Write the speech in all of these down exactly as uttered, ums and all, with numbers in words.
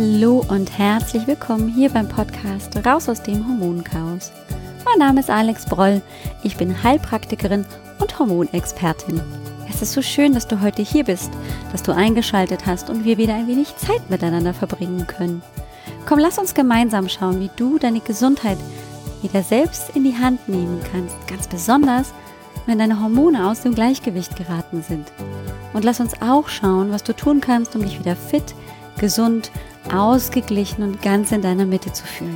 Hallo und herzlich willkommen hier beim Podcast Raus aus dem Hormonchaos. Mein Name ist Alex Broll, ich bin Heilpraktikerin und Hormonexpertin. Es ist so schön, dass du heute hier bist, dass du eingeschaltet hast und wir wieder ein wenig Zeit miteinander verbringen können. Komm, lass uns gemeinsam schauen, wie du deine Gesundheit wieder selbst in die Hand nehmen kannst, ganz besonders, wenn deine Hormone aus dem Gleichgewicht geraten sind. Und lass uns auch schauen, was du tun kannst, um dich wieder fit, gesund, ausgeglichen und ganz in deiner Mitte zu fühlen.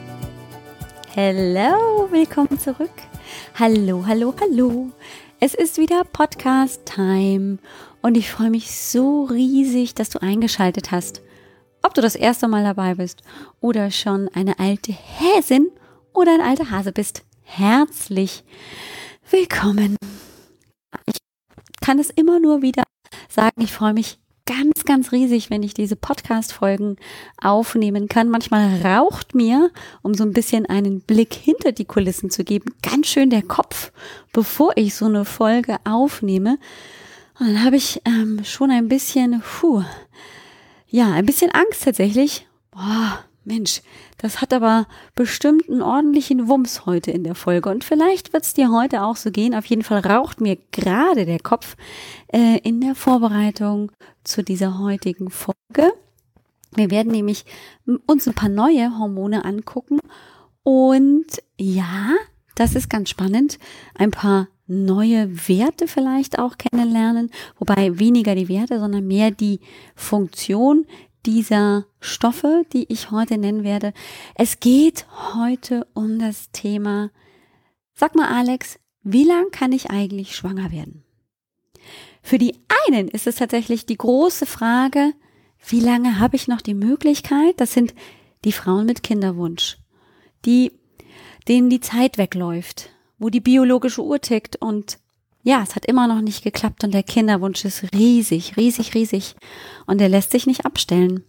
Hello, willkommen zurück. Hallo, hallo, hallo. Es ist wieder Podcast-Time und ich freue mich so riesig, dass du eingeschaltet hast. Ob du das erste Mal dabei bist oder schon eine alte Häsin oder ein alter Hase bist, herzlich willkommen. Ich kann es immer nur wieder sagen, ich freue mich ganz, ganz riesig, wenn ich diese Podcast-Folgen aufnehmen kann. Manchmal raucht mir, um so ein bisschen einen Blick hinter die Kulissen zu geben, ganz schön der Kopf, bevor ich so eine Folge aufnehme. Und dann habe ich ähm, schon ein bisschen, puh, ja, ein bisschen Angst tatsächlich. Boah, Mensch, das hat aber bestimmt einen ordentlichen Wumms heute in der Folge. Und vielleicht wird es dir heute auch so gehen. Auf jeden Fall raucht mir gerade der Kopf äh, in der Vorbereitung zu dieser heutigen Folge. Wir werden nämlich uns ein paar neue Hormone angucken. Und ja, das ist ganz spannend. Ein paar neue Werte vielleicht auch kennenlernen. Wobei weniger die Werte, sondern mehr die Funktion dieser Stoffe, die ich heute nennen werde. Es geht heute um das Thema, sag mal Alex, wie lang kann ich eigentlich schwanger werden? Für die einen ist es tatsächlich die große Frage, wie lange habe ich noch die Möglichkeit? Das sind die Frauen mit Kinderwunsch, die, denen die Zeit wegläuft, wo die biologische Uhr tickt und ja, es hat immer noch nicht geklappt und der Kinderwunsch ist riesig, riesig, riesig und der lässt sich nicht abstellen.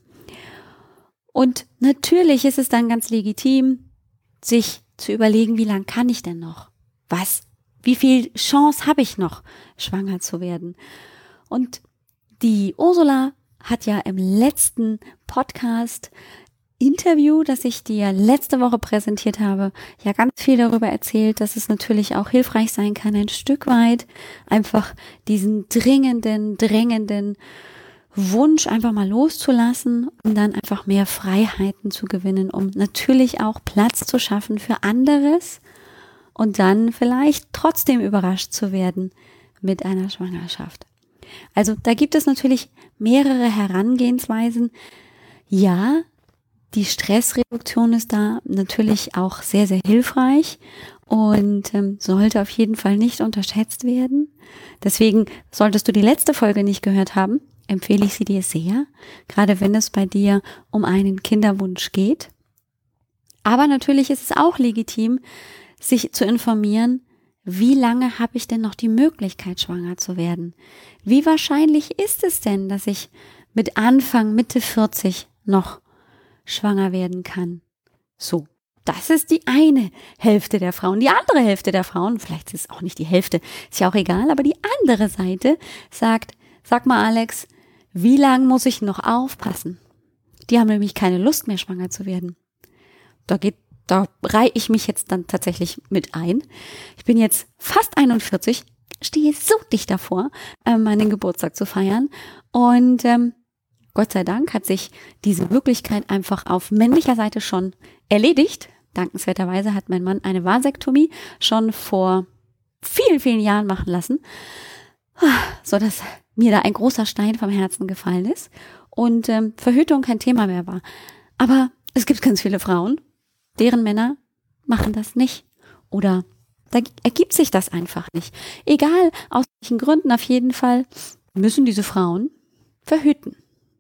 Und natürlich ist es dann ganz legitim, sich zu überlegen, wie lange kann ich denn noch? Was? Wie viel Chance habe ich noch, schwanger zu werden? Und die Ursula hat ja im letzten Podcast Interview, das ich dir letzte Woche präsentiert habe, ja ganz viel darüber erzählt, dass es natürlich auch hilfreich sein kann, ein Stück weit einfach diesen dringenden, drängenden Wunsch einfach mal loszulassen, um dann einfach mehr Freiheiten zu gewinnen, um natürlich auch Platz zu schaffen für anderes und dann vielleicht trotzdem überrascht zu werden mit einer Schwangerschaft. Also da gibt es natürlich mehrere Herangehensweisen. Ja, die Stressreduktion ist da natürlich auch sehr, sehr hilfreich und ähm, sollte auf jeden Fall nicht unterschätzt werden. Deswegen solltest du die letzte Folge nicht gehört haben, empfehle ich sie dir sehr, gerade wenn es bei dir um einen Kinderwunsch geht. Aber natürlich ist es auch legitim, sich zu informieren, wie lange habe ich denn noch die Möglichkeit, schwanger zu werden? Wie wahrscheinlich ist es denn, dass ich mit Anfang, Mitte vierzig noch schwanger werden kann? So, das ist die eine Hälfte der Frauen. Die andere Hälfte der Frauen, vielleicht ist es auch nicht die Hälfte, ist ja auch egal, aber die andere Seite sagt, sag mal Alex, wie lange muss ich noch aufpassen? Die haben nämlich keine Lust mehr, schwanger zu werden. Da geht, da reihe ich mich jetzt dann tatsächlich mit ein. Ich bin jetzt fast einundvierzig, stehe so dicht davor, äh, meinen Geburtstag zu feiern und ähm, Gott sei Dank hat sich diese Möglichkeit einfach auf männlicher Seite schon erledigt. Dankenswerterweise hat mein Mann eine Vasektomie schon vor vielen, vielen Jahren machen lassen, so dass mir da ein großer Stein vom Herzen gefallen ist und ähm, Verhütung kein Thema mehr war. Aber es gibt ganz viele Frauen, deren Männer machen das nicht oder da ergibt sich das einfach nicht. Egal aus welchen Gründen, auf jeden Fall müssen diese Frauen verhüten.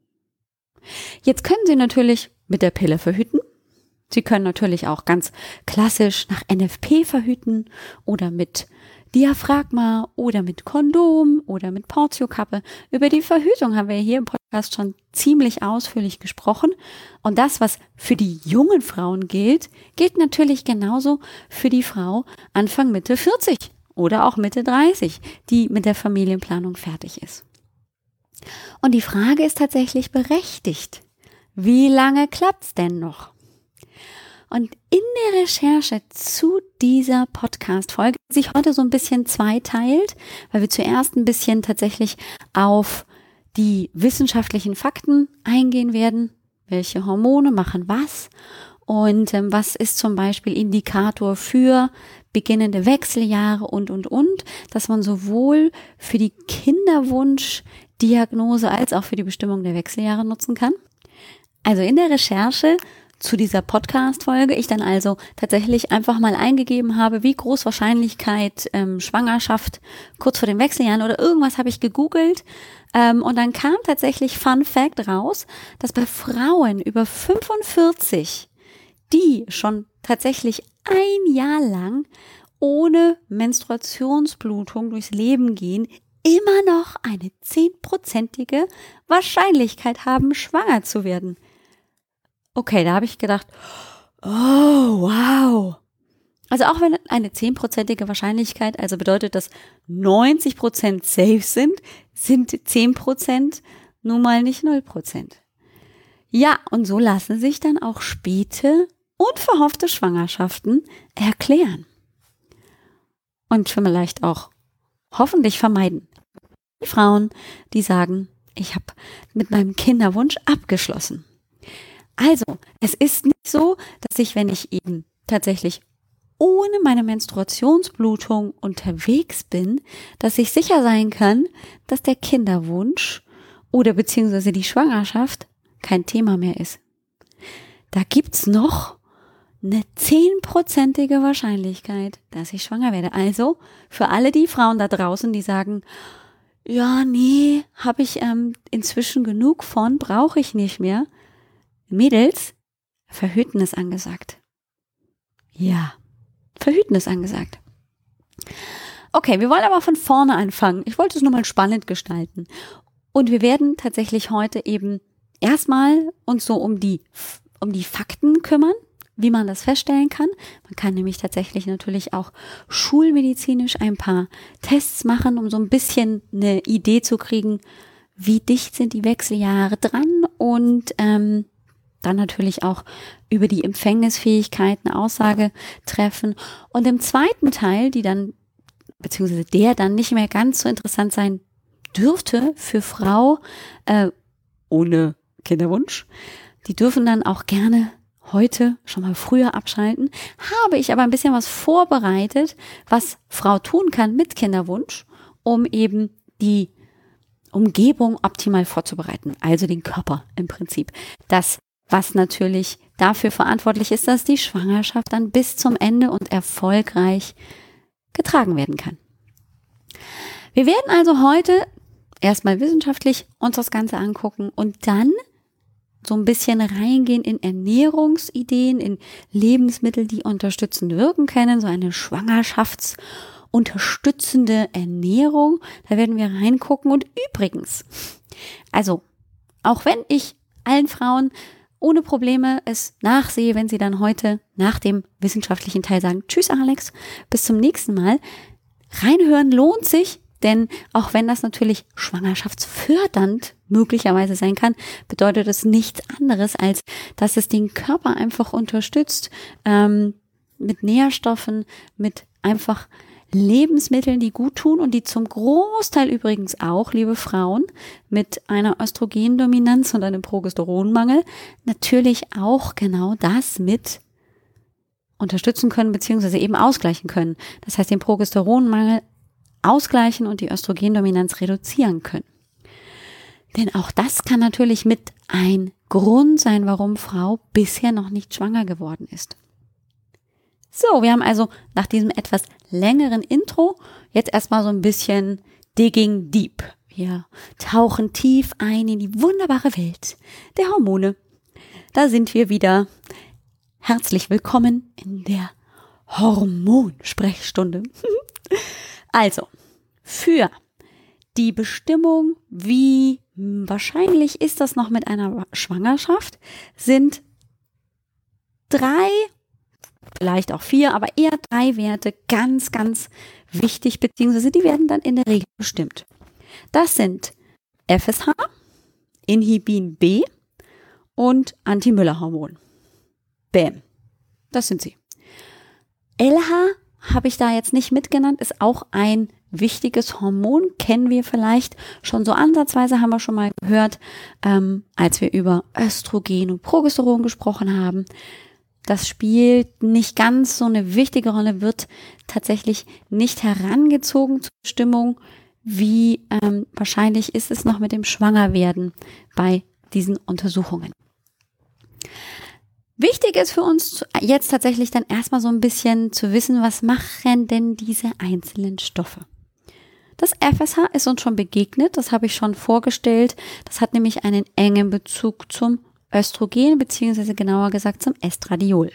Jetzt können Sie natürlich mit der Pille verhüten. Sie können natürlich auch ganz klassisch nach N F P verhüten oder mit Diaphragma oder mit Kondom oder mit Portiokappe. Über die Verhütung haben wir hier im Podcast schon ziemlich ausführlich gesprochen. Und das, was für die jungen Frauen gilt, gilt natürlich genauso für die Frau Anfang Mitte vierzig oder auch Mitte dreißig, die mit der Familienplanung fertig ist. Und die Frage ist tatsächlich berechtigt. wie lange klappt's denn noch? Und in der Recherche zu dieser Podcast-Folge, die sich heute so ein bisschen zweiteilt, weil wir zuerst ein bisschen tatsächlich auf die wissenschaftlichen Fakten eingehen werden, welche Hormone machen was und ähm, was ist zum Beispiel Indikator für beginnende Wechseljahre und, und, und, dass man sowohl für die Kinderwunschdiagnose als auch für die Bestimmung der Wechseljahre nutzen kann. Also in der Recherche zu dieser Podcast-Folge ich dann also tatsächlich einfach mal eingegeben habe, wie groß Wahrscheinlichkeit ähm, Schwangerschaft kurz vor den Wechseljahren oder irgendwas habe ich gegoogelt ähm, und dann kam tatsächlich Fun Fact raus, dass bei Frauen über fünfundvierzig, die schon tatsächlich ein Jahr lang ohne Menstruationsblutung durchs Leben gehen, immer noch eine zehnprozentige Wahrscheinlichkeit haben, schwanger zu werden. Okay, da habe ich gedacht, oh, wow. Also auch wenn eine zehnprozentige Wahrscheinlichkeit, also bedeutet, dass neunzig Prozent safe sind, sind zehn Prozent nun mal nicht null Prozent. Ja, und so lassen sich dann auch späte, unverhoffte Schwangerschaften erklären. Und vielleicht auch hoffentlich vermeiden. Die Frauen, die sagen, ich habe mit meinem Kinderwunsch abgeschlossen. Also, es ist nicht so, dass ich, wenn ich eben tatsächlich ohne meine Menstruationsblutung unterwegs bin, dass ich sicher sein kann, dass der Kinderwunsch oder beziehungsweise die Schwangerschaft kein Thema mehr ist. Da gibt's noch eine zehnprozentige Wahrscheinlichkeit, dass ich schwanger werde. Also, für alle die Frauen da draußen, die sagen, ja, nee, habe ich ähm, inzwischen genug von, brauche ich nicht mehr. Mädels, Verhüten ist angesagt. Ja, Verhüten ist angesagt. Okay, wir wollen aber von vorne anfangen. Ich wollte es nur mal spannend gestalten. Und wir werden tatsächlich heute eben erstmal uns so um die, um die Fakten kümmern, wie man das feststellen kann. Man kann nämlich tatsächlich natürlich auch schulmedizinisch ein paar Tests machen, um so ein bisschen eine Idee zu kriegen, wie dicht sind die Wechseljahre dran und ähm, dann natürlich auch über die Empfängnisfähigkeit eine Aussage treffen. Und im zweiten Teil, die dann, beziehungsweise der dann nicht mehr ganz so interessant sein dürfte für Frau äh, ohne Kinderwunsch, die dürfen dann auch gerne heute schon mal früher abschalten. Habe ich aber ein bisschen was vorbereitet, was Frau tun kann mit Kinderwunsch, um eben die Umgebung optimal vorzubereiten, also den Körper im Prinzip. Das was natürlich dafür verantwortlich ist, dass die Schwangerschaft dann bis zum Ende und erfolgreich getragen werden kann. Wir werden also heute erstmal wissenschaftlich uns das Ganze angucken und dann so ein bisschen reingehen in Ernährungsideen, in Lebensmittel, die unterstützend wirken können, so eine schwangerschaftsunterstützende Ernährung. Da werden wir reingucken und übrigens, also auch wenn ich allen Frauen ohne Probleme es nachsehe, wenn sie dann heute nach dem wissenschaftlichen Teil sagen, tschüss Alex, bis zum nächsten Mal. Reinhören lohnt sich, denn auch wenn das natürlich schwangerschaftsfördernd möglicherweise sein kann, bedeutet es nichts anderes, als dass es den Körper einfach unterstützt, ähm, mit Nährstoffen, mit einfach Lebensmitteln, die gut tun und die zum Großteil übrigens auch, liebe Frauen, mit einer Östrogendominanz und einem Progesteronmangel natürlich auch genau das mit unterstützen können beziehungsweise eben ausgleichen können. Das heißt, den Progesteronmangel ausgleichen und die Östrogendominanz reduzieren können. Denn auch das kann natürlich mit ein Grund sein, warum Frau bisher noch nicht schwanger geworden ist. So, wir haben also nach diesem etwas längeren Intro jetzt erstmal so ein bisschen Digging Deep. Wir tauchen tief ein in die wunderbare Welt der Hormone. Da sind wir wieder. Herzlich willkommen in der Hormonsprechstunde. Also, für die Bestimmung, wie wahrscheinlich ist das noch mit einer Schwangerschaft, sind drei, vielleicht auch vier, aber eher drei Werte ganz, ganz wichtig, beziehungsweise die werden dann in der Regel bestimmt. Das sind F S H, Inhibin B und Anti-Müller-Hormon. Bäm. Das sind sie. L H habe ich da jetzt nicht mitgenannt, ist auch ein wichtiges Hormon, kennen wir vielleicht schon so ansatzweise, haben wir schon mal gehört, ähm, als wir über Östrogen und Progesteron gesprochen haben. Das spielt nicht ganz so eine wichtige Rolle, wird tatsächlich nicht herangezogen zur Bestimmung, wie ähm, wahrscheinlich ist es noch mit dem Schwangerwerden bei diesen Untersuchungen. Wichtig ist für uns jetzt tatsächlich dann erstmal so ein bisschen zu wissen, was machen denn diese einzelnen Stoffe? Das F S H ist uns schon begegnet, das habe ich schon vorgestellt. Das hat nämlich einen engen Bezug zum Östrogen, beziehungsweise genauer gesagt zum Estradiol.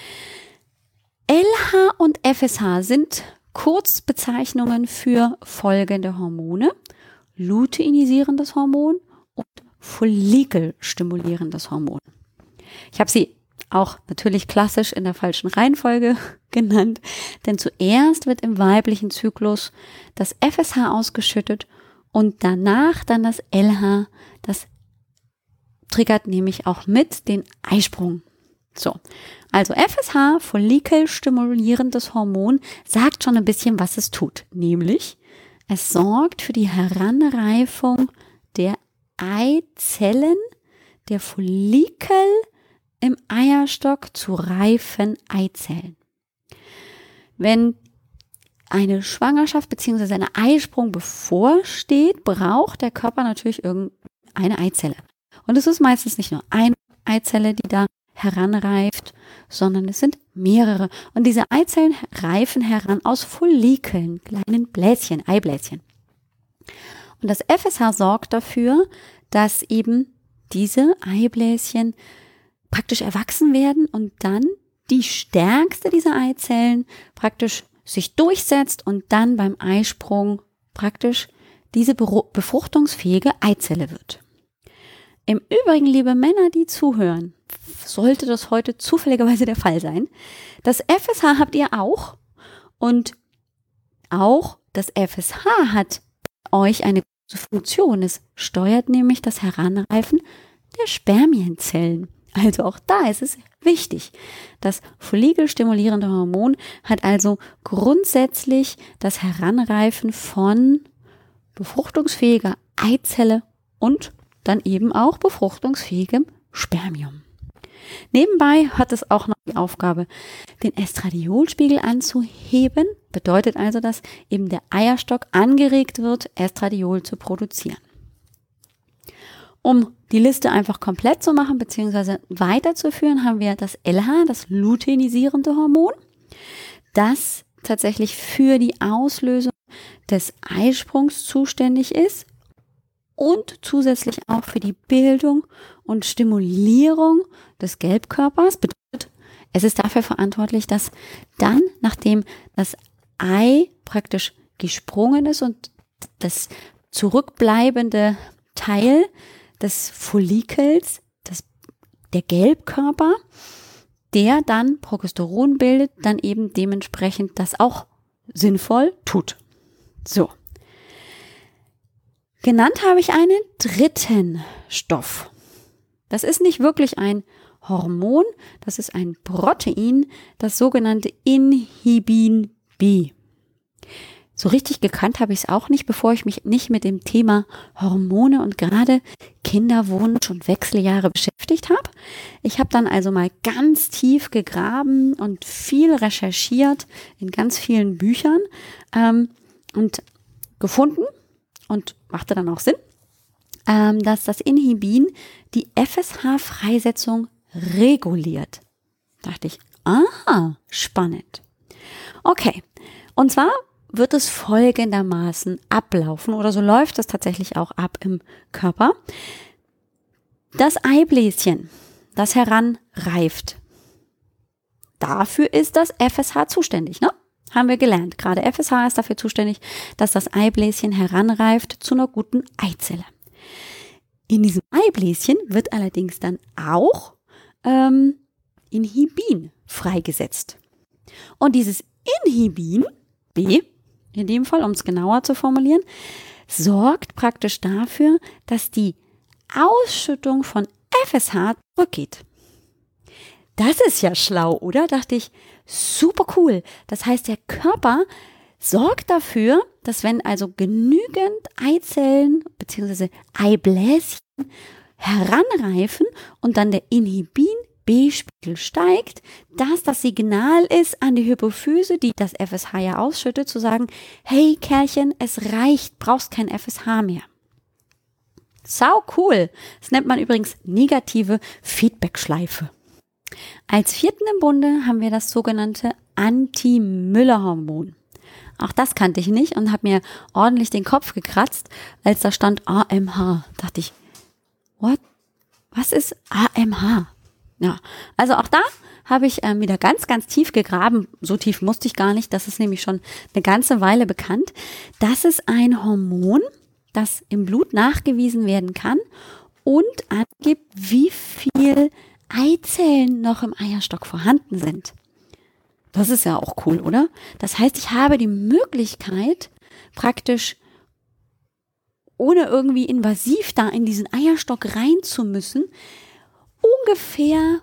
L H und F S H sind Kurzbezeichnungen für folgende Hormone: luteinisierendes Hormon und follikelstimulierendes Hormon. Ich habe sie auch natürlich klassisch in der falschen Reihenfolge genannt, denn zuerst wird im weiblichen Zyklus das F S H ausgeschüttet und danach dann das L H, das triggert nämlich auch mit den Eisprung. So, also F S H, follikelstimulierendes Hormon, sagt schon ein bisschen, was es tut, nämlich es sorgt für die Heranreifung der Eizellen, der Follikel im Eierstock zu reifen Eizellen. Wenn eine Schwangerschaft bzw. eine Eisprung bevorsteht, braucht der Körper natürlich irgendeine Eizelle. Und es ist meistens nicht nur eine Eizelle, die da heranreift, sondern es sind mehrere. Und diese Eizellen reifen heran aus Follikeln, kleinen Bläschen, Eibläschen. Und das F S H sorgt dafür, dass eben diese Eibläschen praktisch erwachsen werden und dann die stärkste dieser Eizellen praktisch sich durchsetzt und dann beim Eisprung praktisch diese befruchtungsfähige Eizelle wird. Im Übrigen, liebe Männer, die zuhören, sollte das heute zufälligerweise der Fall sein, das F S H habt ihr auch und auch das F S H hat euch eine große Funktion. Es steuert nämlich das Heranreifen der Spermienzellen. Also auch da ist es wichtig. Das follikelstimulierende Hormon hat also grundsätzlich das Heranreifen von befruchtungsfähiger Eizelle und dann eben auch befruchtungsfähigem Spermium. Nebenbei hat es auch noch die Aufgabe, den Estradiolspiegel anzuheben. Bedeutet also, dass eben der Eierstock angeregt wird, Estradiol zu produzieren. Um die Liste einfach komplett zu machen bzw. weiterzuführen, haben wir das L H, das luteinisierende Hormon, das tatsächlich für die Auslösung des Eisprungs zuständig ist und zusätzlich auch für die Bildung und Stimulierung des Gelbkörpers. Bedeutet, es ist dafür verantwortlich, dass dann, nachdem das Ei praktisch gesprungen ist und das zurückbleibende Teil des Follikels, das, der Gelbkörper, der dann Progesteron bildet, dann eben dementsprechend das auch sinnvoll tut. So. Genannt habe ich einen dritten Stoff. Das ist nicht wirklich ein Hormon, das ist ein Protein, das sogenannte Inhibin B. So richtig gekannt habe ich es auch nicht, bevor ich mich nicht mit dem Thema Hormone und gerade Kinderwunsch und Wechseljahre beschäftigt habe. Ich habe dann also mal ganz tief gegraben und viel recherchiert in ganz vielen Büchern ähm, und gefunden und machte dann auch Sinn, ähm, dass das Inhibin die F S H-Freisetzung reguliert. Da dachte ich, aha, spannend. Okay, und zwar wird es folgendermaßen ablaufen oder so läuft es tatsächlich auch ab im Körper. Das Eibläschen, das heranreift, dafür ist das F S H zuständig, ne? Haben wir gelernt. Gerade F S H ist dafür zuständig, dass das Eibläschen heranreift zu einer guten Eizelle. In diesem Eibläschen wird allerdings dann auch ähm, Inhibin freigesetzt. Und dieses Inhibin, B, in dem Fall, um es genauer zu formulieren, sorgt praktisch dafür, dass die Ausschüttung von F S H zurückgeht. Das ist ja schlau, oder? Dachte ich, super cool. Das heißt, der Körper sorgt dafür, dass wenn also genügend Eizellen bzw. Eibläschen heranreifen und dann der Inhibin-B-Spiegel steigt, dass das Signal ist an die Hypophyse, die das F S H ja ausschüttet, zu sagen, hey Kerlchen, es reicht, brauchst kein F S H mehr. Sau cool. Das nennt man übrigens negative Feedback-Schleife. Als vierten im Bunde haben wir das sogenannte Anti-Müller-Hormon. Auch das kannte ich nicht und habe mir ordentlich den Kopf gekratzt, als da stand A M H. Dachte ich, what? Was ist A M H? Ja, also auch da habe ich ähm, wieder ganz, ganz tief gegraben. So tief musste ich gar nicht. Das ist nämlich schon eine ganze Weile bekannt. Das ist ein Hormon, das im Blut nachgewiesen werden kann und angibt, wie viel Eizellen noch im Eierstock vorhanden sind. Das ist ja auch cool, oder? Das heißt, ich habe die Möglichkeit, praktisch ohne irgendwie invasiv da in diesen Eierstock rein zu müssen, ungefähr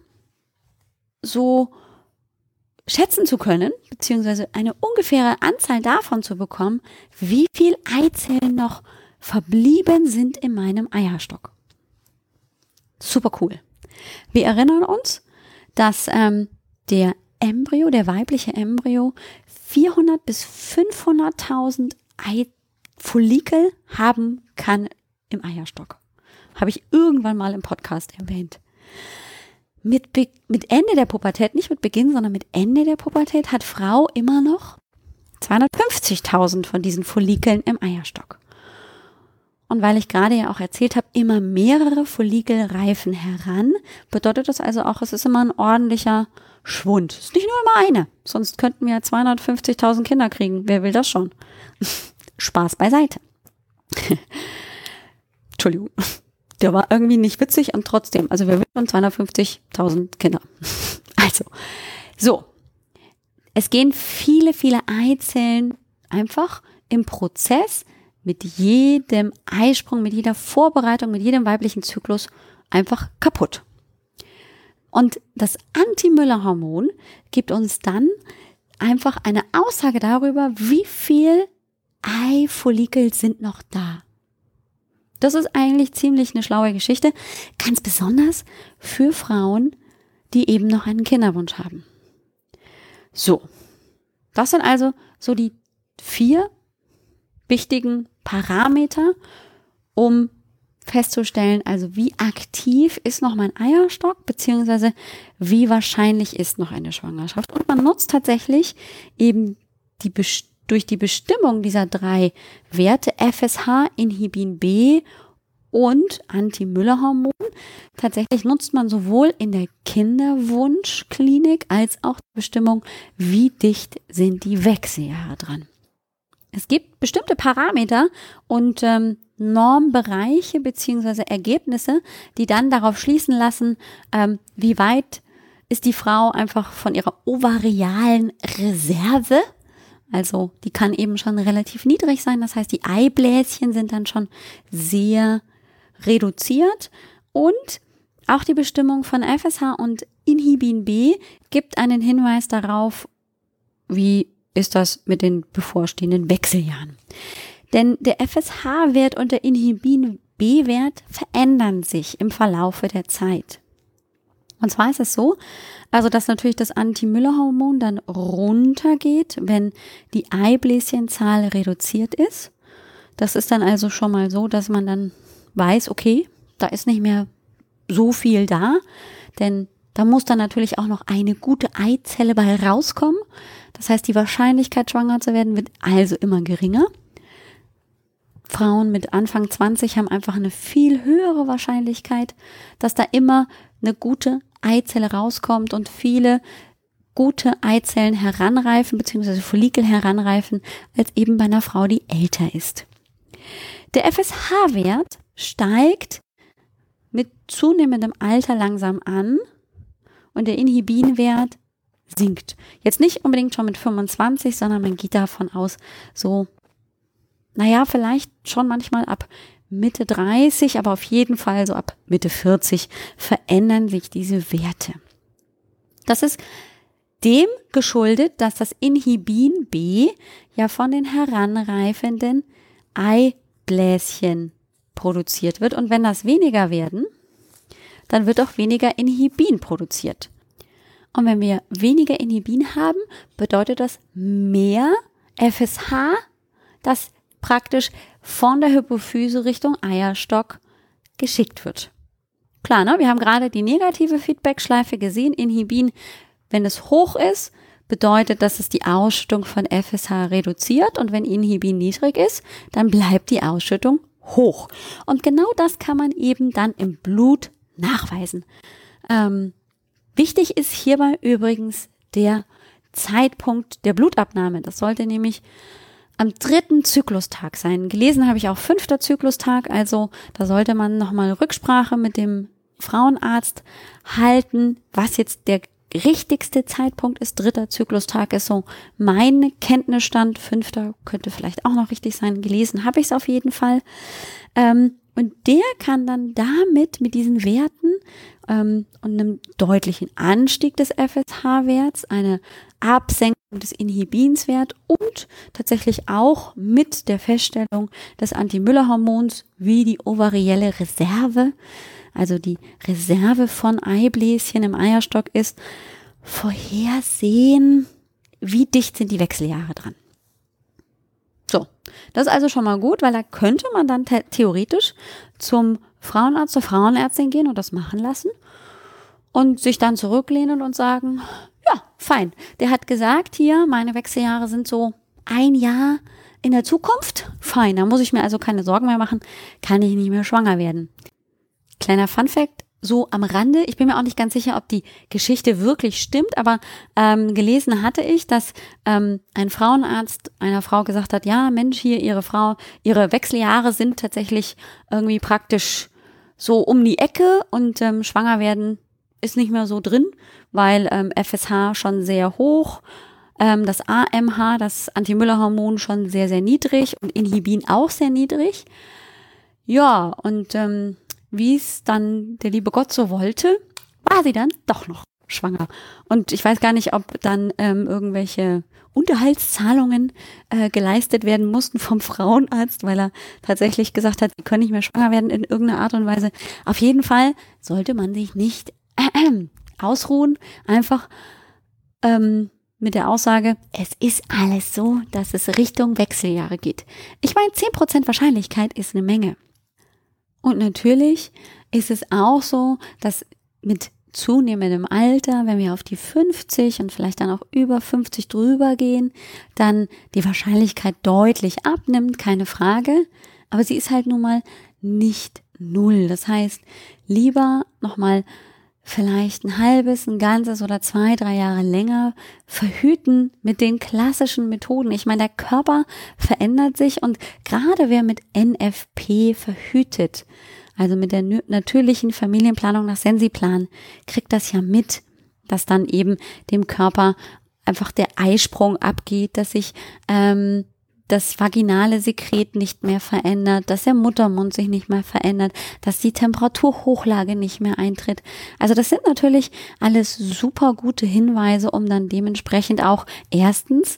so schätzen zu können, beziehungsweise eine ungefähre Anzahl davon zu bekommen, wie viel Eizellen noch verblieben sind in meinem Eierstock. Super cool. Wir erinnern uns, dass ähm, der Embryo, der weibliche Embryo, vierhundert bis fünfhunderttausend Follikel haben kann im Eierstock. Habe ich irgendwann mal im Podcast erwähnt. Mit, Be- mit Ende der Pubertät, nicht mit Beginn, sondern mit Ende der Pubertät hat Frau immer noch zweihundertfünfzigtausend von diesen Follikeln im Eierstock. Und weil ich gerade ja auch erzählt habe, immer mehrere Follikel reifen heran, bedeutet das also auch, es ist immer ein ordentlicher Schwund. Es ist nicht nur immer eine, sonst könnten wir zweihundertfünfzigtausend Kinder kriegen. Wer will das schon? Spaß beiseite. Entschuldigung, der war irgendwie nicht witzig und trotzdem, also wir will schon zweihundertfünfzigtausend Kinder. Also, so. Es gehen viele, viele Eizellen einfach im Prozess mit jedem Eisprung, mit jeder Vorbereitung, mit jedem weiblichen Zyklus einfach kaputt. Und das Anti-Müller-Hormon gibt uns dann einfach eine Aussage darüber, wie viel Eifollikel sind noch da. Das ist eigentlich ziemlich eine schlaue Geschichte, ganz besonders für Frauen, die eben noch einen Kinderwunsch haben. So, das sind also so die vier wichtigen Parameter, um festzustellen, also wie aktiv ist noch mein Eierstock, beziehungsweise wie wahrscheinlich ist noch eine Schwangerschaft. Und man nutzt tatsächlich eben die durch die Bestimmung dieser drei Werte F S H, Inhibin B und Anti-Müller-Hormon. Tatsächlich nutzt man sowohl in der Kinderwunschklinik als auch die Bestimmung, wie dicht sind die Wechseljahre dran. Es gibt bestimmte Parameter und ähm, Normbereiche beziehungsweise Ergebnisse, die dann darauf schließen lassen, ähm, wie weit ist die Frau einfach von ihrer ovarialen Reserve. Also die kann eben schon relativ niedrig sein. Das heißt, die Eibläschen sind dann schon sehr reduziert. Und auch die Bestimmung von F S H und Inhibin B gibt einen Hinweis darauf, wie ist das mit den bevorstehenden Wechseljahren. Denn der F S H-Wert und der Inhibin B-Wert verändern sich im Verlaufe der Zeit. Und zwar ist es so, also dass natürlich das Anti-Müller-Hormon dann runtergeht, wenn die Eibläschenzahl reduziert ist. Das ist dann also schon mal so, dass man dann weiß, okay, da ist nicht mehr so viel da, denn da muss dann natürlich auch noch eine gute Eizelle bei rauskommen. Das heißt, die Wahrscheinlichkeit, schwanger zu werden, wird also immer geringer. Frauen mit Anfang zwanzig haben einfach eine viel höhere Wahrscheinlichkeit, dass da immer eine gute Eizelle rauskommt und viele gute Eizellen heranreifen, beziehungsweise Follikel heranreifen, als eben bei einer Frau, die älter ist. Der F S H-Wert steigt mit zunehmendem Alter langsam an und der Inhibin-Wert sinkt. Jetzt nicht unbedingt schon mit fünfundzwanzig, sondern man geht davon aus, so, naja, vielleicht schon manchmal ab Mitte dreißig, aber auf jeden Fall so ab Mitte vierzig verändern sich diese Werte. Das ist dem geschuldet, dass das Inhibin B ja von den heranreifenden Eibläschen produziert wird. Und wenn das weniger werden, dann wird auch weniger Inhibin produziert. Und wenn wir weniger Inhibin haben, bedeutet das mehr F S H, das praktisch von der Hypophyse Richtung Eierstock geschickt wird. Klar, ne? Wir haben gerade die negative Feedback-Schleife gesehen. Inhibin, wenn es hoch ist, bedeutet, dass es die Ausschüttung von F S H reduziert. Und wenn Inhibin niedrig ist, dann bleibt die Ausschüttung hoch. Und genau das kann man eben dann im Blut nachweisen. Ähm, wichtig ist hierbei übrigens der Zeitpunkt der Blutabnahme. Das sollte nämlich am dritten Zyklustag sein. Gelesen habe ich auch fünfter Zyklustag, also da sollte man nochmal Rücksprache mit dem Frauenarzt halten, was jetzt der richtigste Zeitpunkt ist. Dritter Zyklustag ist so mein Kenntnisstand, fünfter könnte vielleicht auch noch richtig sein. Gelesen habe ich es auf jeden Fall. Ähm, und der kann dann damit mit diesen Werten ähm, und einem deutlichen Anstieg des F S H-Werts, eine Absenkung des Inhibinswert und tatsächlich auch mit der Feststellung des Anti-Müller-Hormons wie die ovarielle Reserve, also die Reserve von Eibläschen im Eierstock ist, vorhersehen, wie dicht sind die Wechseljahre dran. So, das ist also schon mal gut, weil da könnte man dann the- theoretisch zum Frauenarzt, zur Frauenärztin gehen und das machen lassen und sich dann zurücklehnen und sagen, ja, fein, der hat gesagt hier, meine Wechseljahre sind so ein Jahr in der Zukunft, fein, da muss ich mir also keine Sorgen mehr machen, kann ich nicht mehr schwanger werden. Kleiner Funfact, so am Rande, ich bin mir auch nicht ganz sicher, ob die Geschichte wirklich stimmt, aber ähm, gelesen hatte ich, dass ähm, ein Frauenarzt einer Frau gesagt hat, ja Mensch, hier ihre Frau, ihre Wechseljahre sind tatsächlich irgendwie praktisch so um die Ecke und ähm, schwanger werden ist nicht mehr so drin, weil ähm, F S H schon sehr hoch, ähm, das A M H, das Anti-Müller-Hormon schon sehr, sehr niedrig und Inhibin auch sehr niedrig. Ja, und ähm, wie es dann der liebe Gott so wollte, war sie dann doch noch schwanger. Und ich weiß gar nicht, ob dann ähm, irgendwelche Unterhaltszahlungen äh, geleistet werden mussten vom Frauenarzt, weil er tatsächlich gesagt hat, sie können nicht mehr schwanger werden in irgendeiner Art und Weise. Auf jeden Fall sollte man sich nicht äh, ausruhen, einfach ähm, mit der Aussage, es ist alles so, dass es Richtung Wechseljahre geht. Ich meine, zehn Prozent Wahrscheinlichkeit ist eine Menge. Und natürlich ist es auch so, dass mit zunehmendem Alter, wenn wir auf die fünfzig und vielleicht dann auch über fünfzig drüber gehen, dann die Wahrscheinlichkeit deutlich abnimmt, keine Frage. Aber sie ist halt nun mal nicht null. Das heißt, lieber nochmal vielleicht ein halbes, ein ganzes oder zwei, drei Jahre länger verhüten mit den klassischen Methoden. Ich meine, der Körper verändert sich und gerade wer mit N F P verhütet, also mit der natürlichen Familienplanung nach Sensiplan, kriegt das ja mit, dass dann eben dem Körper einfach der Eisprung abgeht, dass sich ähm, das vaginale Sekret nicht mehr verändert, dass der Muttermund sich nicht mehr verändert, dass die Temperaturhochlage nicht mehr eintritt. Also das sind natürlich alles super gute Hinweise, um dann dementsprechend auch erstens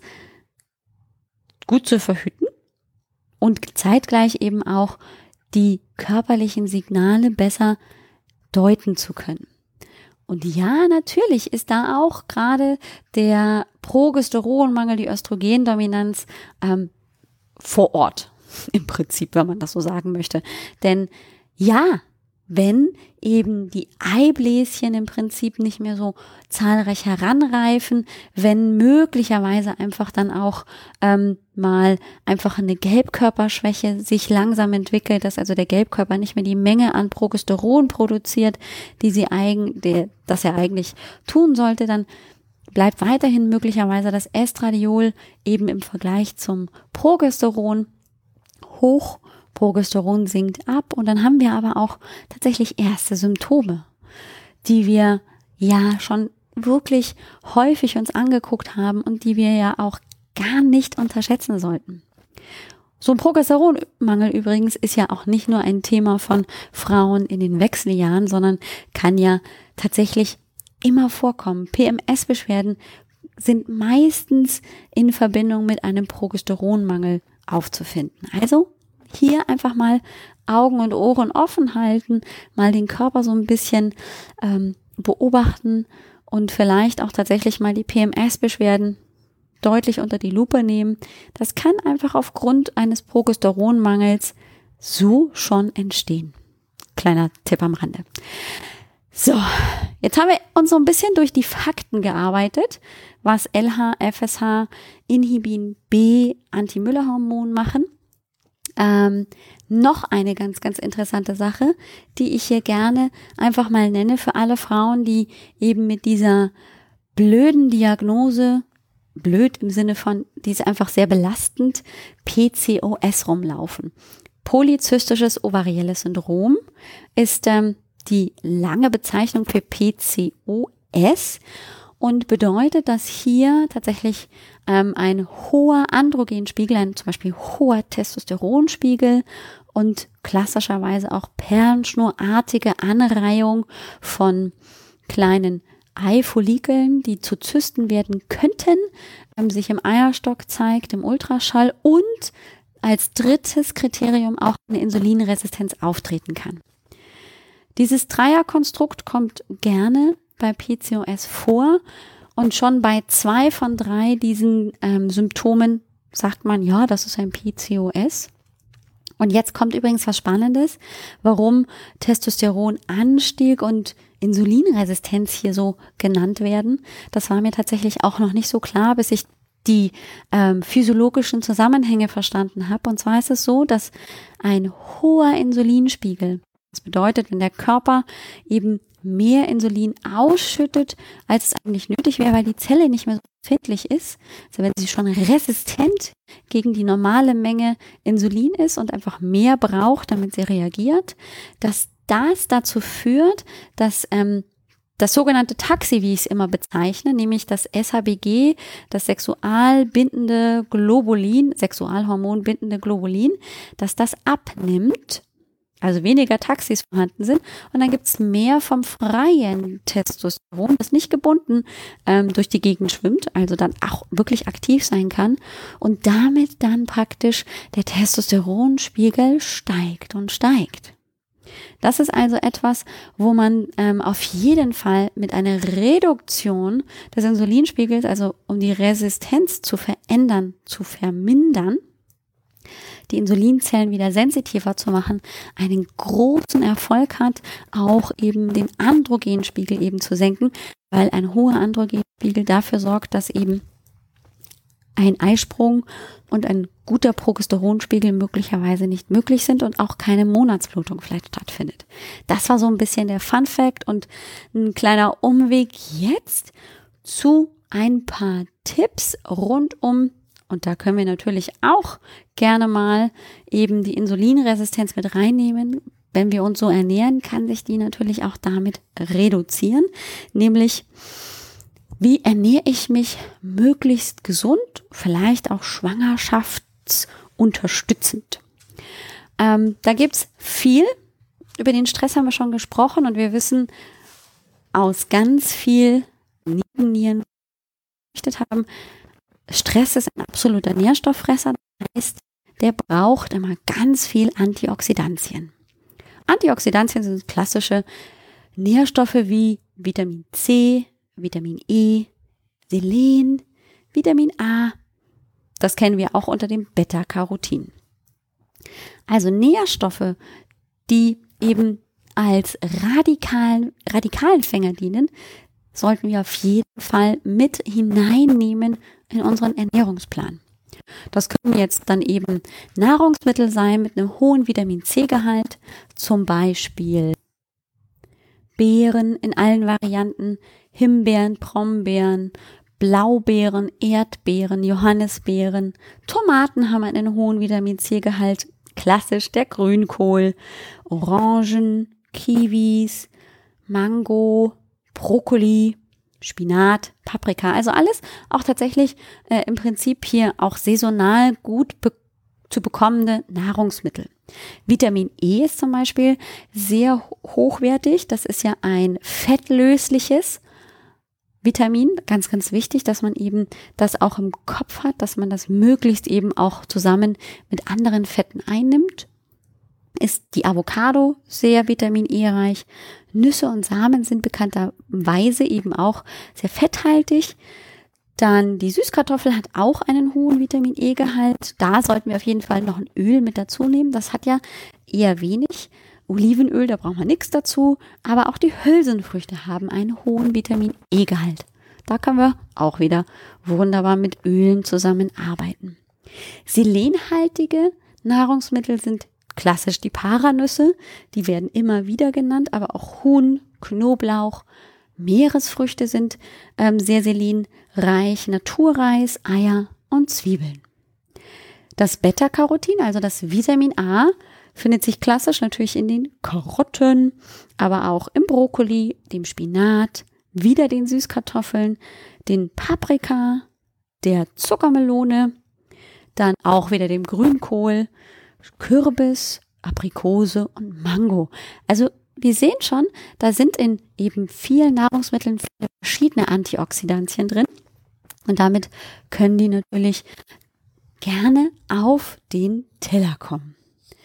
gut zu verhüten und zeitgleich eben auch die körperlichen Signale besser deuten zu können. Und ja, natürlich ist da auch gerade der Progesteronmangel, die Östrogendominanz ähm, vor Ort, im Prinzip, wenn man das so sagen möchte. Denn ja, wenn eben die Eibläschen im Prinzip nicht mehr so zahlreich heranreifen, wenn möglicherweise einfach dann auch ähm, mal einfach eine Gelbkörperschwäche sich langsam entwickelt, dass also der Gelbkörper nicht mehr die Menge an Progesteron produziert, die sie eigen, der, das er eigentlich tun sollte, dann bleibt weiterhin möglicherweise das Estradiol eben im Vergleich zum Progesteron hoch. Progesteron sinkt ab und dann haben wir aber auch tatsächlich erste Symptome, die wir ja schon wirklich häufig uns angeguckt haben und die wir ja auch gar nicht unterschätzen sollten. So ein Progesteronmangel übrigens ist ja auch nicht nur ein Thema von Frauen in den Wechseljahren, sondern kann ja tatsächlich immer vorkommen. P M S-Beschwerden sind meistens in Verbindung mit einem Progesteronmangel aufzufinden. Also hier einfach mal Augen und Ohren offen halten, mal den Körper so ein bisschen ähm, beobachten und vielleicht auch tatsächlich mal die P M S-Beschwerden deutlich unter die Lupe nehmen. Das kann einfach aufgrund eines Progesteronmangels so schon entstehen. Kleiner Tipp am Rande. So, jetzt haben wir uns so ein bisschen durch die Fakten gearbeitet, was L H, F S H, Inhibin B, Anti-Müller-Hormon machen. Ähm, noch eine ganz, ganz interessante Sache, die ich hier gerne einfach mal nenne für alle Frauen, die eben mit dieser blöden Diagnose, blöd im Sinne von, die ist einfach sehr belastend, P C O S rumlaufen. Polyzystisches ovarielles Syndrom ist ähm, die lange Bezeichnung für P C O S und bedeutet, dass hier tatsächlich ähm, ein hoher Androgenspiegel, ein zum Beispiel hoher Testosteronspiegel und klassischerweise auch perlenschnurartige Anreihung von kleinen Eifollikeln, die zu Zysten werden könnten, ähm, sich im Eierstock zeigt, im Ultraschall und als drittes Kriterium auch eine Insulinresistenz auftreten kann. Dieses Dreierkonstrukt kommt gerne bei P C O S vor und schon bei zwei von drei diesen ähm, Symptomen sagt man, ja, das ist ein P C O S. Und jetzt kommt übrigens was Spannendes, warum Testosteronanstieg und Insulinresistenz hier so genannt werden. Das war mir tatsächlich auch noch nicht so klar, bis ich die ähm, physiologischen Zusammenhänge verstanden habe. Und zwar ist es so, dass ein hoher Insulinspiegel, das bedeutet, wenn der Körper eben mehr Insulin ausschüttet, als es eigentlich nötig wäre, weil die Zelle nicht mehr so empfindlich ist, also wenn sie schon resistent gegen die normale Menge Insulin ist und einfach mehr braucht, damit sie reagiert, dass das dazu führt, dass ähm, das sogenannte Taxi, wie ich es immer bezeichne, nämlich das S H B G, das sexualbindende Globulin, Sexualhormon bindende Globulin, dass das abnimmt, also weniger Taxis vorhanden sind und dann gibt es mehr vom freien Testosteron, das nicht gebunden ähm, durch die Gegend schwimmt, also dann auch wirklich aktiv sein kann und damit dann praktisch der Testosteronspiegel steigt und steigt. Das ist also etwas, wo man ähm, auf jeden Fall mit einer Reduktion des Insulinspiegels, also um die Resistenz zu verändern, zu vermindern, die Insulinzellen wieder sensitiver zu machen, einen großen Erfolg hat, auch eben den Androgenspiegel eben zu senken, weil ein hoher Androgenspiegel dafür sorgt, dass eben ein Eisprung und ein guter Progesteronspiegel möglicherweise nicht möglich sind und auch keine Monatsblutung vielleicht stattfindet. Das war so ein bisschen der Fun Fact und ein kleiner Umweg jetzt zu ein paar Tipps rund um, und da können wir natürlich auch gerne mal eben die Insulinresistenz mit reinnehmen. Wenn wir uns so ernähren, kann sich die natürlich auch damit reduzieren, nämlich wie ernähre ich mich möglichst gesund, vielleicht auch schwangerschaftsunterstützend. Ähm, da gibt es viel. Über den Stress haben wir schon gesprochen und wir wissen aus ganz viel Nebennieren berichtet haben, Stress ist ein absoluter Nährstofffresser. Das heißt, der braucht immer ganz viel Antioxidantien. Antioxidantien sind klassische Nährstoffe wie Vitamin C, Vitamin E, Selen, Vitamin A. Das kennen wir auch unter dem Beta-Carotin. Also Nährstoffe, die eben als radikalen, Radikalfänger dienen, sollten wir auf jeden Fall mit hineinnehmen in unseren Ernährungsplan. Das können jetzt dann eben Nahrungsmittel sein mit einem hohen Vitamin-C-Gehalt, zum Beispiel Beeren in allen Varianten, Himbeeren, Brombeeren, Blaubeeren, Erdbeeren, Johannisbeeren, Tomaten haben einen hohen Vitamin-C-Gehalt, klassisch der Grünkohl, Orangen, Kiwis, Mango, Brokkoli, Spinat, Paprika, also alles auch tatsächlich äh, im Prinzip hier auch saisonal gut be- zu bekommende Nahrungsmittel. Vitamin E ist zum Beispiel sehr hochwertig. Das ist ja ein fettlösliches Vitamin. Ganz, ganz wichtig, dass man eben das auch im Kopf hat, dass man das möglichst eben auch zusammen mit anderen Fetten einnimmt. Ist die Avocado sehr Vitamin E reich. Nüsse und Samen sind bekannterweise eben auch sehr fetthaltig. Dann die Süßkartoffel hat auch einen hohen Vitamin E-Gehalt. Da sollten wir auf jeden Fall noch ein Öl mit dazu nehmen. Das hat ja eher wenig. Olivenöl, da braucht man nichts dazu. Aber auch die Hülsenfrüchte haben einen hohen Vitamin E-Gehalt. Da können wir auch wieder wunderbar mit Ölen zusammenarbeiten. Selenhaltige Nahrungsmittel sind klassisch die Paranüsse. Die werden immer wieder genannt, aber auch Huhn, Knoblauch, Meeresfrüchte sind ähm, sehr selenreich, Naturreis, Eier und Zwiebeln. Das Beta-Carotin, also das Vitamin A, findet sich klassisch natürlich in den Karotten, aber auch im Brokkoli, dem Spinat, wieder den Süßkartoffeln, den Paprika, der Zuckermelone, dann auch wieder dem Grünkohl, Kürbis, Aprikose und Mango. Also wir sehen schon, da sind in eben vielen Nahrungsmitteln verschiedene Antioxidantien drin und damit können die natürlich gerne auf den Teller kommen.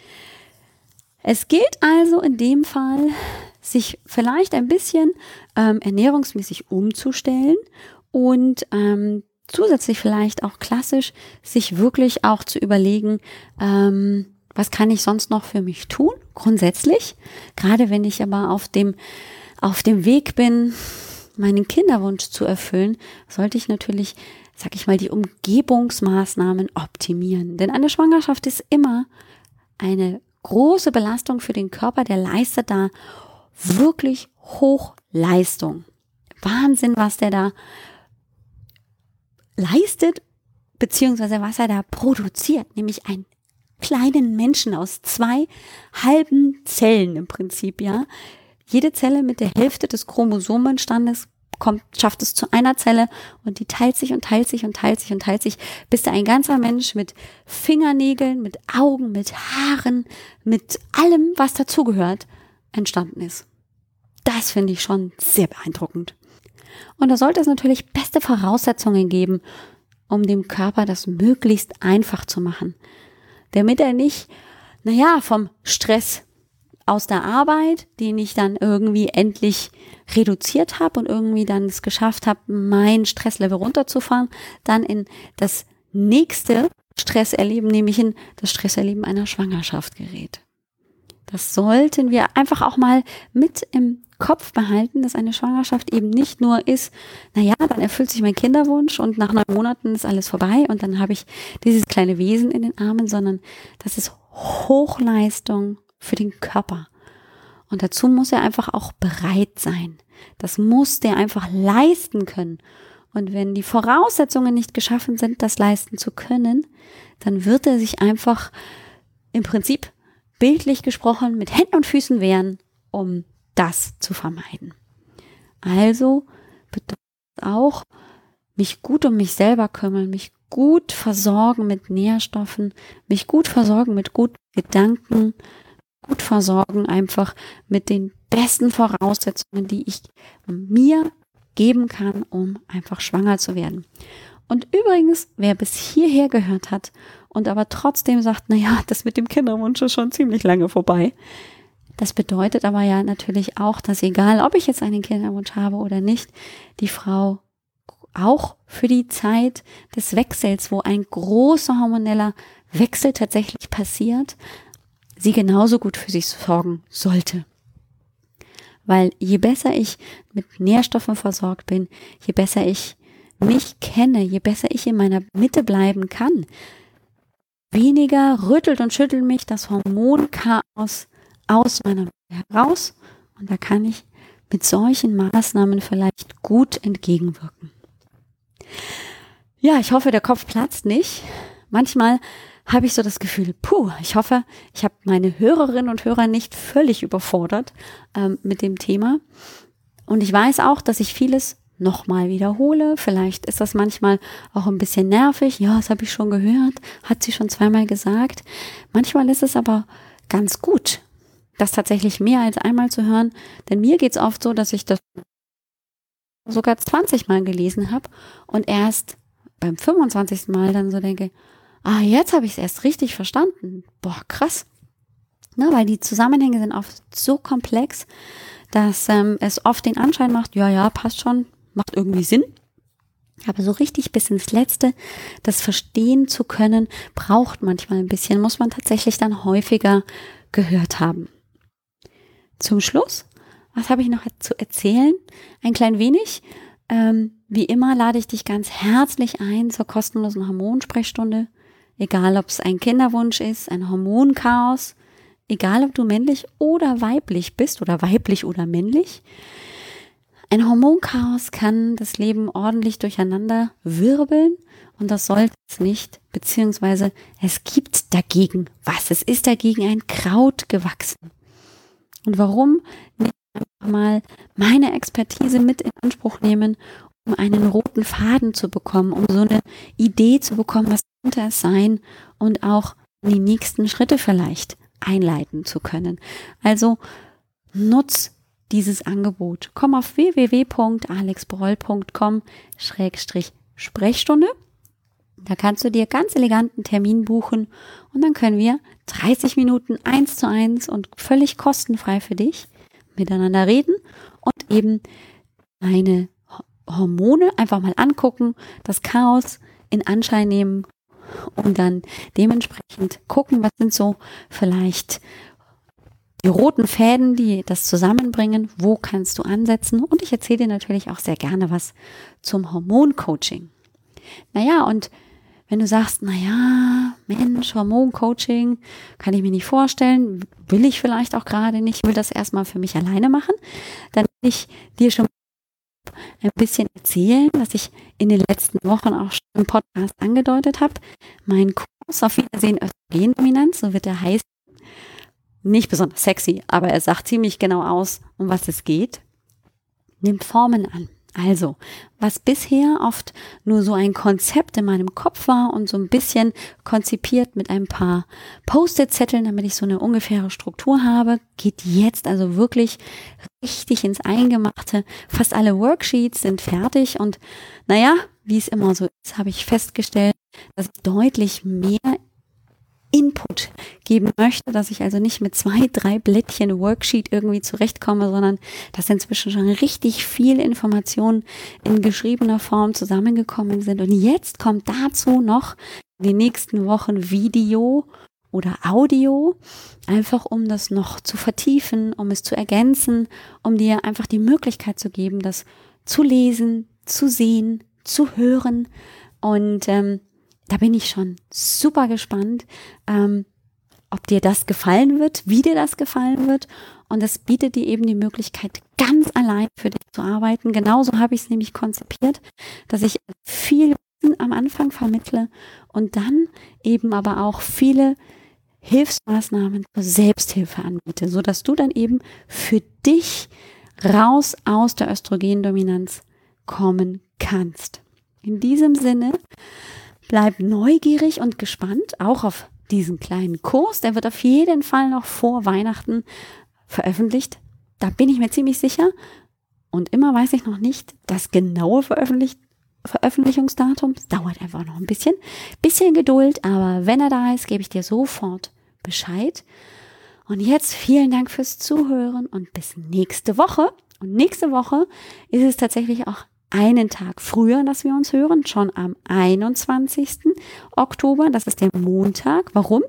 Es gilt also in dem Fall, sich vielleicht ein bisschen ähm, ernährungsmäßig umzustellen und ähm, zusätzlich vielleicht auch klassisch sich wirklich auch zu überlegen, ähm, was kann ich sonst noch für mich tun? Grundsätzlich, gerade wenn ich aber auf dem, auf dem Weg bin, meinen Kinderwunsch zu erfüllen, sollte ich natürlich, sag ich mal, die Umgebungsmaßnahmen optimieren. Denn eine Schwangerschaft ist immer eine große Belastung für den Körper, der leistet da wirklich Hochleistung. Wahnsinn, was der da leistet, beziehungsweise was er da produziert, nämlich ein kleinen Menschen aus zwei halben Zellen im Prinzip, ja. Jede Zelle mit der Hälfte des Chromosomenstandes kommt, schafft es zu einer Zelle und die teilt sich und teilt sich und teilt sich und teilt sich, bis da ein ganzer Mensch mit Fingernägeln, mit Augen, mit Haaren, mit allem, was dazugehört, entstanden ist. Das finde ich schon sehr beeindruckend. Und da sollte es natürlich beste Voraussetzungen geben, um dem Körper das möglichst einfach zu machen. Damit er nicht, naja, vom Stress aus der Arbeit, den ich dann irgendwie endlich reduziert habe und irgendwie dann es geschafft habe, mein Stresslevel runterzufahren, dann in das nächste Stresserleben, nämlich in das Stresserleben einer Schwangerschaft gerät. Das sollten wir einfach auch mal mit im Kopf behalten, dass eine Schwangerschaft eben nicht nur ist, naja, dann erfüllt sich mein Kinderwunsch und nach neun Monaten ist alles vorbei und dann habe ich dieses kleine Wesen in den Armen, sondern das ist Hochleistung für den Körper. Und dazu muss er einfach auch bereit sein. Das muss der einfach leisten können. Und wenn die Voraussetzungen nicht geschaffen sind, das leisten zu können, dann wird er sich einfach im Prinzip bildlich gesprochen mit Händen und Füßen wehren, um das zu vermeiden. Also bedeutet auch, mich gut um mich selber kümmern, mich gut versorgen mit Nährstoffen, mich gut versorgen mit guten Gedanken, gut versorgen einfach mit den besten Voraussetzungen, die ich mir geben kann, um einfach schwanger zu werden. Und übrigens, wer bis hierher gehört hat und aber trotzdem sagt, naja, das mit dem Kinderwunsch ist schon ziemlich lange vorbei. Das bedeutet aber ja natürlich auch, dass egal, ob ich jetzt einen Kinderwunsch habe oder nicht, die Frau auch für die Zeit des Wechsels, wo ein großer hormoneller Wechsel tatsächlich passiert, sie genauso gut für sich sorgen sollte. Weil je besser ich mit Nährstoffen versorgt bin, je besser ich mich kenne, je besser ich in meiner Mitte bleiben kann, weniger rüttelt und schüttelt mich das Hormonchaos aus meiner Mitte heraus und da kann ich mit solchen Maßnahmen vielleicht gut entgegenwirken. Ja, ich hoffe, der Kopf platzt nicht. Manchmal habe ich so das Gefühl, puh, ich hoffe, ich habe meine Hörerinnen und Hörer nicht völlig überfordert ähm, mit dem Thema. Und ich weiß auch, dass ich vieles nochmal wiederhole. Vielleicht ist das manchmal auch ein bisschen nervig. Ja, das habe ich schon gehört, hat sie schon zweimal gesagt. Manchmal ist es aber ganz gut, das tatsächlich mehr als einmal zu hören. Denn mir geht es oft so, dass ich das sogar zwanzig Mal gelesen habe und erst beim fünfundzwanzigsten Mal dann so denke, ah, jetzt habe ich es erst richtig verstanden. Boah, krass. Ne, weil die Zusammenhänge sind oft so komplex, dass ähm, es oft den Anschein macht, ja, ja, passt schon, macht irgendwie Sinn. Aber so richtig bis ins Letzte, das verstehen zu können, braucht manchmal ein bisschen, muss man tatsächlich dann häufiger gehört haben. Zum Schluss, was habe ich noch zu erzählen? Ein klein wenig. Ähm, wie immer lade ich dich ganz herzlich ein zur kostenlosen Hormonsprechstunde. Egal, ob es ein Kinderwunsch ist, ein Hormonchaos, egal, ob du männlich oder weiblich bist oder weiblich oder männlich. Ein Hormonchaos kann das Leben ordentlich durcheinander wirbeln und das sollte es nicht, beziehungsweise es gibt dagegen was. Es ist dagegen ein Kraut gewachsen. Und warum nicht einfach mal meine Expertise mit in Anspruch nehmen, um einen roten Faden zu bekommen, um so eine Idee zu bekommen, was könnte es sein und auch die nächsten Schritte vielleicht einleiten zu können. Also nutz dieses Angebot. Komm auf w w w punkt alex broll punkt com Schrägstrich Sprechstunde. Da kannst du dir ganz eleganten Termin buchen und dann können wir dreißig Minuten eins zu eins und völlig kostenfrei für dich miteinander reden und eben deine Hormone einfach mal angucken, das Chaos in Anschein nehmen und dann dementsprechend gucken, was sind so vielleicht die roten Fäden, die das zusammenbringen, wo kannst du ansetzen? Und ich erzähle dir natürlich auch sehr gerne was zum Hormoncoaching. Naja, und wenn du sagst, naja, Mensch, Hormoncoaching kann ich mir nicht vorstellen, will ich vielleicht auch gerade nicht, will das erstmal für mich alleine machen, dann will ich dir schon ein bisschen erzählen, was ich in den letzten Wochen auch schon im Podcast angedeutet habe. Mein Kurs auf Wiedersehen Östrogendominanz, so wird er heißen. Nicht besonders sexy, aber er sagt ziemlich genau aus, um was es geht. Nimmt Formen an. Also, was bisher oft nur so ein Konzept in meinem Kopf war und so ein bisschen konzipiert mit ein paar Post-it-Zetteln, damit ich so eine ungefähre Struktur habe, geht jetzt also wirklich richtig ins Eingemachte. Fast alle Worksheets sind fertig und naja, wie es immer so ist, habe ich festgestellt, dass ich deutlich mehr Input geben möchte, dass ich also nicht mit zwei, drei Blättchen Worksheet irgendwie zurechtkomme, sondern dass inzwischen schon richtig viel Informationen in geschriebener Form zusammengekommen sind. Und jetzt kommt dazu noch in den nächsten Wochen Video oder Audio, einfach um das noch zu vertiefen, um es zu ergänzen, um dir einfach die Möglichkeit zu geben, das zu lesen, zu sehen, zu hören. Und ähm, da bin ich schon super gespannt, ähm, ob dir das gefallen wird, wie dir das gefallen wird. Und es bietet dir eben die Möglichkeit, ganz allein für dich zu arbeiten. Genauso habe ich es nämlich konzipiert, dass ich viel Wissen am Anfang vermittle und dann eben aber auch viele Hilfsmaßnahmen zur Selbsthilfe anbiete, sodass du dann eben für dich raus aus der Östrogendominanz kommen kannst. In diesem Sinne, bleib neugierig und gespannt, auch auf diesen kleinen Kurs. Der wird auf jeden Fall noch vor Weihnachten veröffentlicht. Da bin ich mir ziemlich sicher. Und immer weiß ich noch nicht das genaue Veröffentlich- Veröffentlichungsdatum. Es dauert einfach noch ein bisschen. Bisschen Geduld, aber wenn er da ist, gebe ich dir sofort Bescheid. Und jetzt vielen Dank fürs Zuhören und bis nächste Woche. Und nächste Woche ist es tatsächlich auch einen Tag früher, dass wir uns hören, schon am einundzwanzigsten Oktober, das ist der Montag. Warum?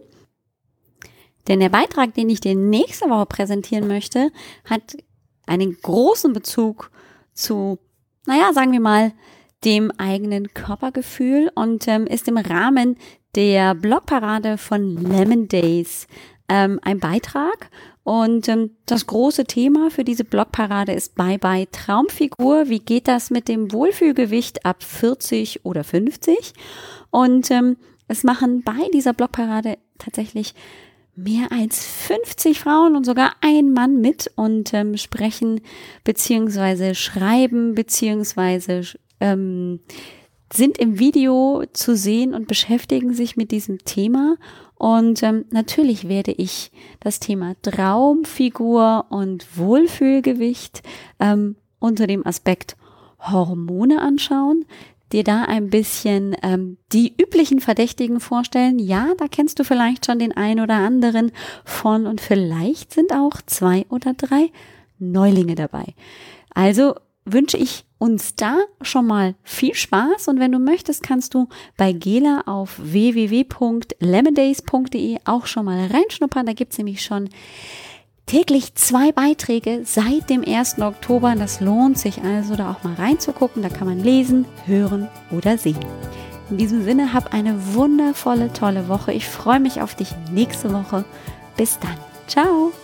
Denn der Beitrag, den ich dir nächste Woche präsentieren möchte, hat einen großen Bezug zu, naja, sagen wir mal, dem eigenen Körpergefühl und ähm, ist im Rahmen der Blogparade von Lemon Days ähm, ein Beitrag. Und ähm, das große Thema für diese Blogparade ist Bye Bye Traumfigur. Wie geht das mit dem Wohlfühlgewicht ab vierzig oder fünfzig? Und ähm, es machen bei dieser Blogparade tatsächlich mehr als fünfzig Frauen und sogar ein Mann mit und ähm, sprechen beziehungsweise schreiben beziehungsweise ähm, sind im Video zu sehen und beschäftigen sich mit diesem Thema. Und ähm, natürlich werde ich das Thema Traumfigur und Wohlfühlgewicht ähm, unter dem Aspekt Hormone anschauen, dir da ein bisschen ähm, die üblichen Verdächtigen vorstellen. Ja, da kennst du vielleicht schon den einen oder anderen von und vielleicht sind auch zwei oder drei Neulinge dabei. Also wünsche ich uns da schon mal viel Spaß und wenn du möchtest, kannst du bei Gela auf w w w punkt lemondays punkt d e auch schon mal reinschnuppern. Da gibt es nämlich schon täglich zwei Beiträge seit dem ersten Oktober. Das lohnt sich also, da auch mal reinzugucken. Da kann man lesen, hören oder sehen. In diesem Sinne, hab eine wundervolle, tolle Woche. Ich freue mich auf dich nächste Woche. Bis dann. Ciao.